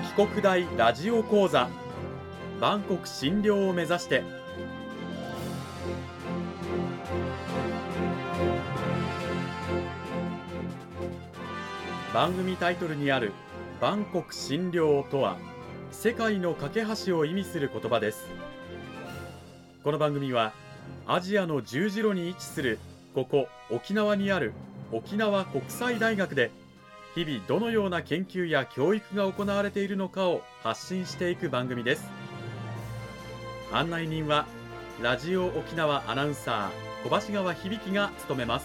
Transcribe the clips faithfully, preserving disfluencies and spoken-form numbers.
帰国大ラジオ講座、万国診療を目指して。番組タイトルにある万国診療とは、世界の架け橋を意味する言葉です。この番組はアジアの十字路に位置するここ沖縄にある沖縄国際大学で、日々どのような研究や教育が行われているのかを発信していく番組です。案内人はラジオ沖縄アナウンサー小橋川響が務めます。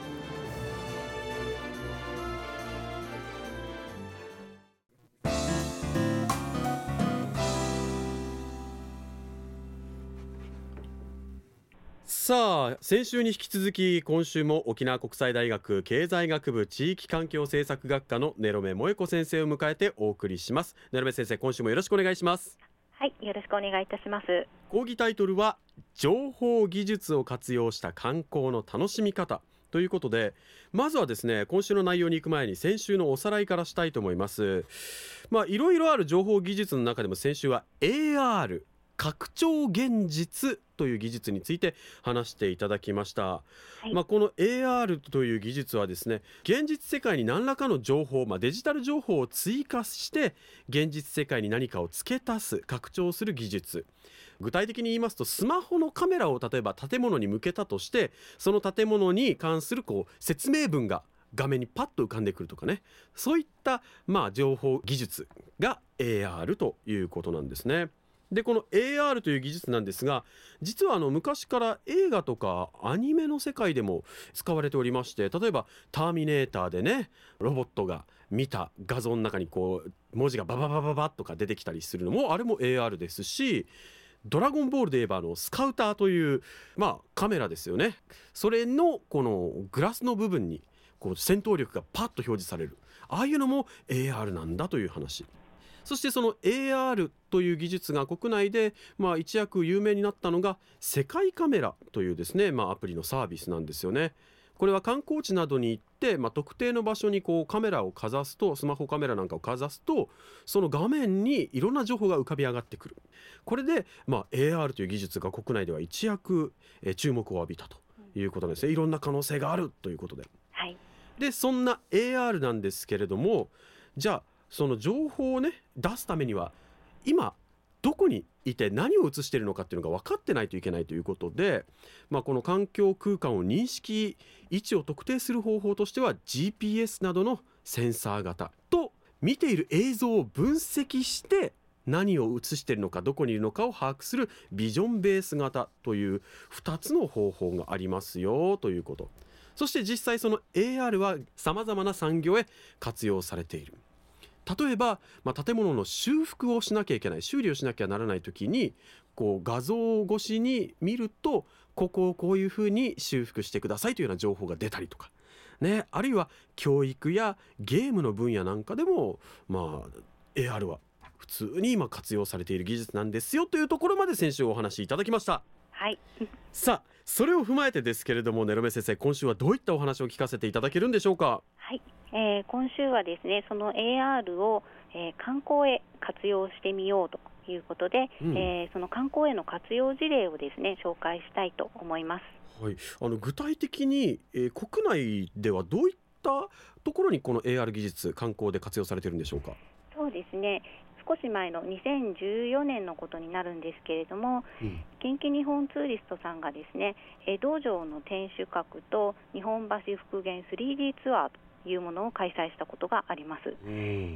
さあ、先週に引き続き今週も沖縄国際大学経済学部地域環境政策学科の根呂目萌子先生を迎えてお送りします。根呂目先生、今週もよろしくお願いします。 はい、よろしくお願いいたします。 講義タイトルは情報技術を活用した観光の楽しみ方ということで、まずはですね、今週の内容に行く前に先週のおさらいからしたいと思います。まあいろいろある情報技術の中でも、先週は エーアール 拡張現実という技術について話していただきました。はい、まあ、この エーアール という技術はですね、現実世界に何らかの情報、まあ、デジタル情報を追加して現実世界に何かを付け足す、拡張する技術。具体的に言いますと、スマホのカメラを例えば建物に向けたとして、その建物に関するこう説明文が画面にパッと浮かんでくるとかね、そういったまあ情報技術が エーアール ということなんですね。でこの エーアール という技術なんですが、実はあの昔から映画とかアニメの世界でも使われておりまして、例えばターミネーターでね、ロボットが見た画像の中にこう文字がバババババッとか出てきたりするのも、あれも エーアール ですし、ドラゴンボールで言えばあのスカウターという、まあ、カメラですよね。それのこのグラスの部分にこう戦闘力がパッと表示される、ああいうのも エーアール なんだという話。そしてその エーアール という技術が国内でまあ一躍有名になったのが世界カメラというですね、まあ、アプリのサービスなんですよね。これは観光地などに行って、まあ、特定の場所にこうカメラをかざすと、スマホカメラなんかをかざすと、その画面にいろんな情報が浮かび上がってくる。これで、まあ、エーアール という技術が国内では一躍え注目を浴びたということなんですね。いろんな可能性があるということで、はい、でそんな エーアール なんですけれども、じゃあその情報をね出すためには、今どこにいて何を映しているのかっていうのが分かってないといけないということで、まあ、この環境空間を認識、位置を特定する方法としては ジーピーエス などのセンサー型と、見ている映像を分析して何を映しているのか、どこにいるのかを把握するビジョンベース型というふたつの方法がありますよということ。そして実際その エーアール はさまざまな産業へ活用されている。例えば、まあ、建物の修復をしなきゃいけない、修理をしなきゃならない時にこう画像越しに見ると、ここをこういうふうに修復してくださいというような情報が出たりとか、ね、あるいは教育やゲームの分野なんかでも、まあ、エーアール は普通に今活用されている技術なんですよというところまで先週お話しいただきました。 はい、 さあそれを踏まえてですけれども、根呂目先生、今週はどういったお話を聞かせていただけるんでしょうか。 はい、えー、今週はですね、その エーアール を、えー、観光へ活用してみようということで、うん、えー、その観光への活用事例をですね紹介したいと思います。 はい、あの具体的に、えー、国内ではどういったところにこの エーアール 技術、観光で活用されているんでしょうか。 そうですね、少し前のにせんじゅうよねんのことになるんですけれども、うん、近畿日本ツーリストさんがですね、江戸城の天守閣と日本橋復元 スリーディー ツアーというものを開催したことがあります。うん、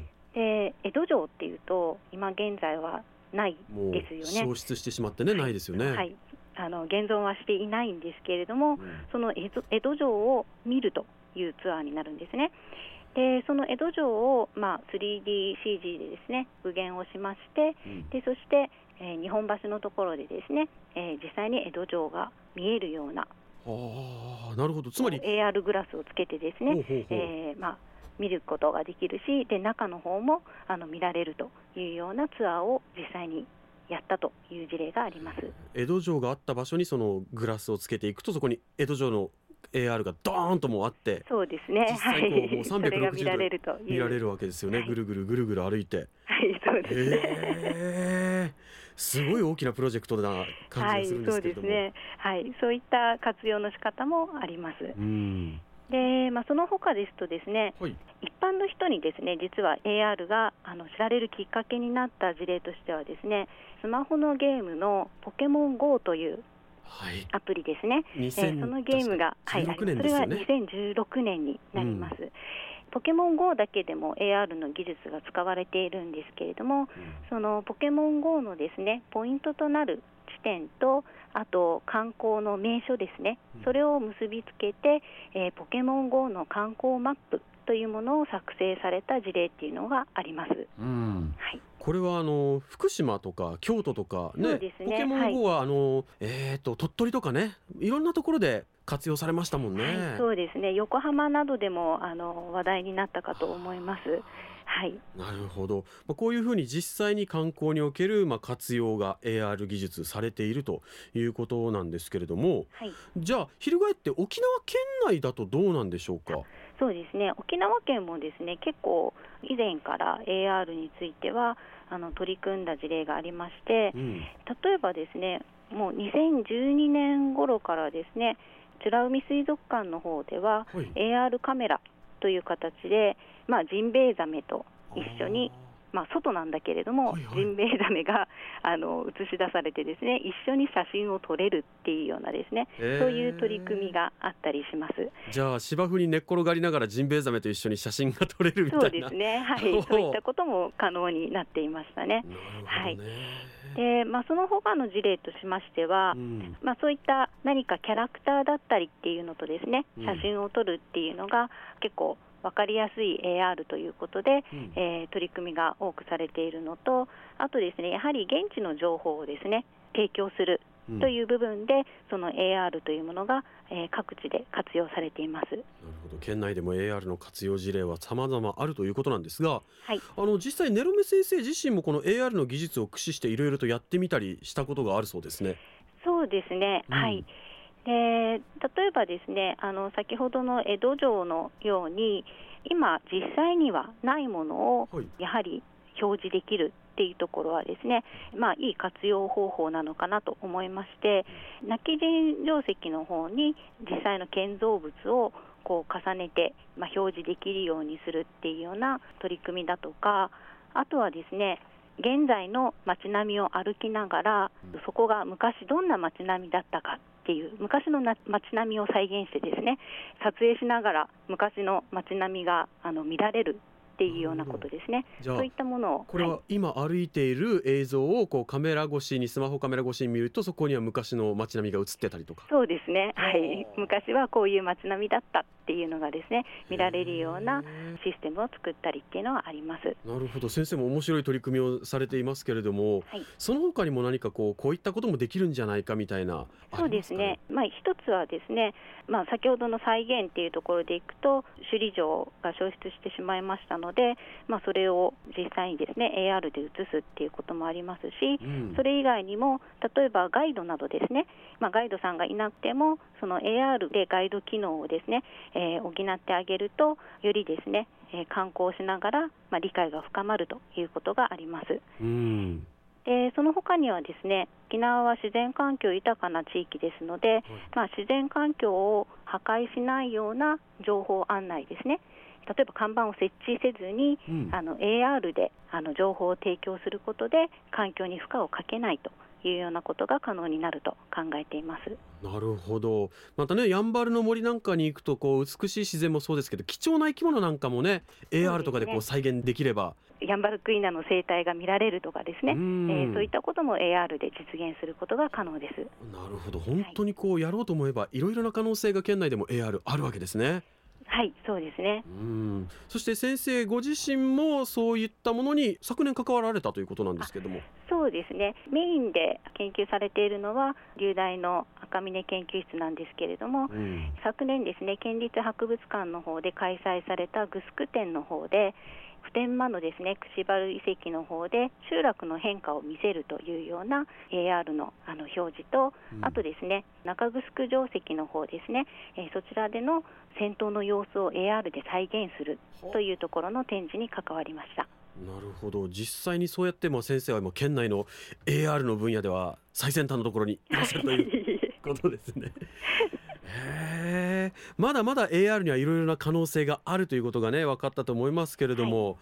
で江戸城っていうと今現在はないですよね。 もう消失してしまってね、はい、ないですよね。 はい、あの現存はしていないんですけれども、うん、その江戸、江戸城を見るというツアーになるんですね。でその江戸城を、まあ、スリーディーシージー でですね復元をしまして、うん、でそして、えー、日本橋のところでですね、えー、実際に江戸城が見えるような、 あ、なるほど、つまりエーアール グラスをつけてですね、ほうほうほう、えーまあ、見ることができるし、で中の方もあの見られるというようなツアーを実際にやったという事例があります。 江戸城があった場所にそのグラスをつけていくと、そこに江戸城のエーアール がドーンともあって、 そうですね、 実際こうもうさんびゃくろくじゅうどそれが見られるという見られるわけですよね、はい、ぐるぐるぐるぐる歩いて、 はい、 そうですね。 へー、すごい大きなプロジェクトな感じがするんですけれども、 はい、そうですね。はい、そういった活用の仕方もあります。 うん、 で、まあ、その他ですとですね、 はい、 一般の人にですね、実は エーアール があの知られるきっかけになった事例としてはですね、スマホのゲームのポケモン ゴー というはい、 アプリですね。 にせんえーそのゲームが、はい、 じゅうろくあります。それはねんですよね。 にせんじゅうろくねんになります。うん、ポケモン ゴー だけでも エーアール の技術が使われているんですけれども、うん、そのポケモン ゴー のですね、ポイントとなる地点と、あと観光の名所ですね、それを結びつけて、えー、ポケモン ゴー の観光マップというものを作成された事例っていうのがあります。 うん、 はい、 これはあの福島とか京都とかね、 そうですね、 ポケモン ゴー はあの、えー、と鳥取とかね、いろんなところで活用されましたもんね。 はい、そうですね、横浜などでもあの話題になったかと思います。はい、 なるほど、まあ、こういうふうに実際に観光における、まあ、活用が エーアール 技術されているということなんですけれども、 はい、 じゃあ翻って沖縄県内だとどうなんでしょうか。 そうですね、沖縄県もですね、結構以前から エーアール についてはあの取り組んだ事例がありまして、うん、例えばですね、もうにせんじゅうにねん頃からですね、美ら海水族館の方では、はい、エーアール カメラという形で、まあ、ジンベエザメと一緒に、まあ、外なんだけれども、はいはい、ジンベエザメがあの映し出されてですね、一緒に写真を撮れるっていうようなですね、そういう取り組みがあったりします。 じゃあ芝生に寝っ転がりながらジンベエザメと一緒に写真が撮れるみたいな。 そうですね、はい、そういったことも可能になっていましたね。 なるほどね。はい、 でまあ、その他の事例としましては、うん、まあ、そういった何かキャラクターだったりっていうのとですね、写真を撮るっていうのが結構分かりやすい エーアール ということで、うん、えー、取り組みが多くされているのと、あとですね、やはり現地の情報をですね提供するという部分で、うん、その エーアール というものが、えー、各地で活用されています。なるほど、県内でも エーアール の活用事例は様々あるということなんですが、 はい、 あの実際ネロメ先生自身もこの エーアール の技術を駆使していろいろとやってみたりしたことがあるそうですね。 そうですね、うん、はい。で例えばですね、あの先ほどの江戸城のように今実際にはないものをやはり表示できるっていうところはですね、まあ、いい活用方法なのかなと思いまして、亡き人定石の方に実際の建造物をこう重ねて、まあ、表示できるようにするっていうような取り組みだとか、あとはですね、現在の街並みを歩きながら、そこが昔どんな街並みだったかっていう昔のな街並みを再現してですね、撮影しながら昔の街並みがあの見られるっていうようなことですね。そういったものを、 これは今歩いている映像をこうカメラ越しにスマホカメラ越しに見ると、そこには昔の街並みが映ってたりとか。 そうですね、はい、昔はこういう街並みだったっていうのがですね見られるようなシステムを作ったりっていうのはあります。 なるほど、先生も面白い取り組みをされていますけれども、はい、その他にも何かこうこういったこともできるんじゃないかみたいな。 そうですね、まあ、一つはですね、まあ、先ほどの再現っていうところでいくと首里城が消失してしまいましたので、まあ、それを実際にですね エーアール で映すっていうこともありますし、うん、それ以外にも例えばガイドなどですね、まあ、ガイドさんがいなくてもその エーアール でガイド機能をですね、えー、補ってあげるとよりですね、えー、観光しながら、まあ、理解が深まるということがあります。うん、でその他にはですね、沖縄は自然環境豊かな地域ですので、はい、まあ、自然環境を破壊しないような情報案内ですね、例えば看板を設置せずに、うん、あの エーアール であの情報を提供することで環境に負荷をかけないというようなことが可能になると考えています。 なるほど。またね、やんばるの森なんかに行くとこう美しい自然もそうですけど、貴重な生き物なんかもね エーアール とかでこう再現できれば、 ヤンバルクイナの生態が見られるとかですね、えー、そういったことも エーアール で実現することが可能です。 なるほど、本当にこうやろうと思えば、はい、いろいろな可能性が県内でも エーアール あるわけですね。 はい、そうですね。 うん、そして先生ご自身もそういったものに昨年関わられたということなんですけども。 そうですね、メインで研究されているのは流大の赤嶺研究室なんですけれども、うん、昨年ですね、県立博物館の方で開催されたグスク展の方で普天間のですね串原遺跡の方で集落の変化を見せるというような エーアール の, あの表示と、うん、あとですね中城城跡の方ですね、えー、そちらでの戦闘の様子を エーアール で再現するというところの展示に関わりました。 なるほど。実際にそうやっても先生はもう県内の エーアール の分野では最先端のところにいらっしゃるということですね。へー、まだまだ エーアール にはいろいろな可能性があるということがね分かったと思いますけれども、はい、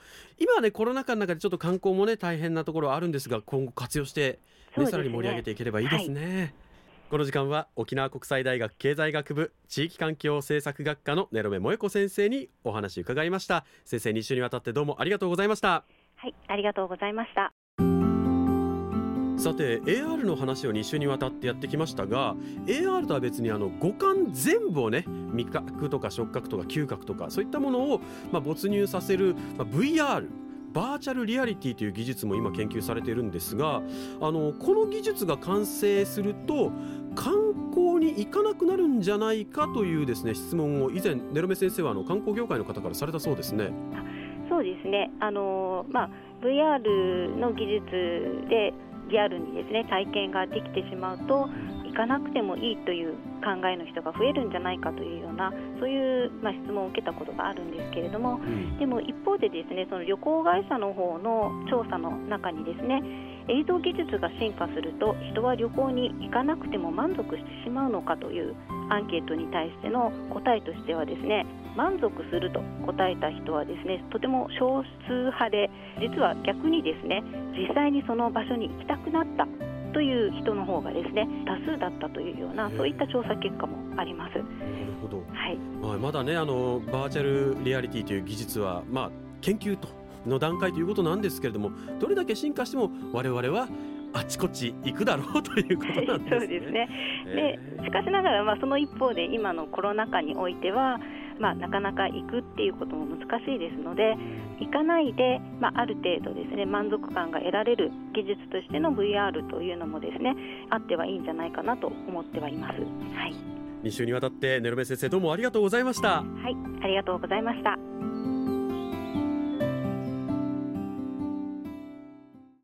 今はねコロナ禍の中でちょっと観光もね大変なところはあるんですが、今後活用して、ね、さらに盛り上げていければいいですね。はい、この時間は沖縄国際大学経済学部地域環境政策学科の根呂目萌子先生にお話伺いました。先生、に週にわたってどうもありがとうございました。 はい、ありがとうございました。 さて エーアール の話をに週にわたってやってきましたが、 エーアール とは別にあの五感全部をね、味覚とか触覚とか嗅覚とかそういったものをまあ没入させる、まあ、ブイアール バーチャルリアリティという技術も今研究されているんですが、あのこの技術が完成すると観光に行かなくなるんじゃないかというですね質問を以前根呂目先生はあの観光業界の方からされたそうですね。 そうですね、あの、まあ、ブイアール の技術でリアルにですね体験ができてしまうと行かなくてもいいという考えの人が増えるんじゃないかというようなそういう、まあ、質問を受けたことがあるんですけれども、うん、でも一方でですねその旅行会社の方の調査の中にですね映像技術が進化すると人は旅行に行かなくても満足してしまうのかというアンケートに対しての答えとしてはですね、満足すると答えた人はですねとても少数派で、実は逆にですね実際にその場所に行きたくなったという人の方がですね多数だったというようなそういった調査結果もあります。なるほど、 はい、 まあ、まだねあのバーチャルリアリティという技術は、まあ、研究との段階ということなんですけれども、どれだけ進化しても我々はあちこち行くだろうということなんですね。 そうですね。でしかしながら、まあ、その一方で今のコロナ禍においては、まあ、なかなか行くっていうことも難しいですので、行かないで、まあ、ある程度ですね満足感が得られる技術としての ブイアール というのもですねあってはいいんじゃないかなと思ってはいます。はい、 に週にわたって根呂目先生どうもありがとうございました。 はい、ありがとうございました。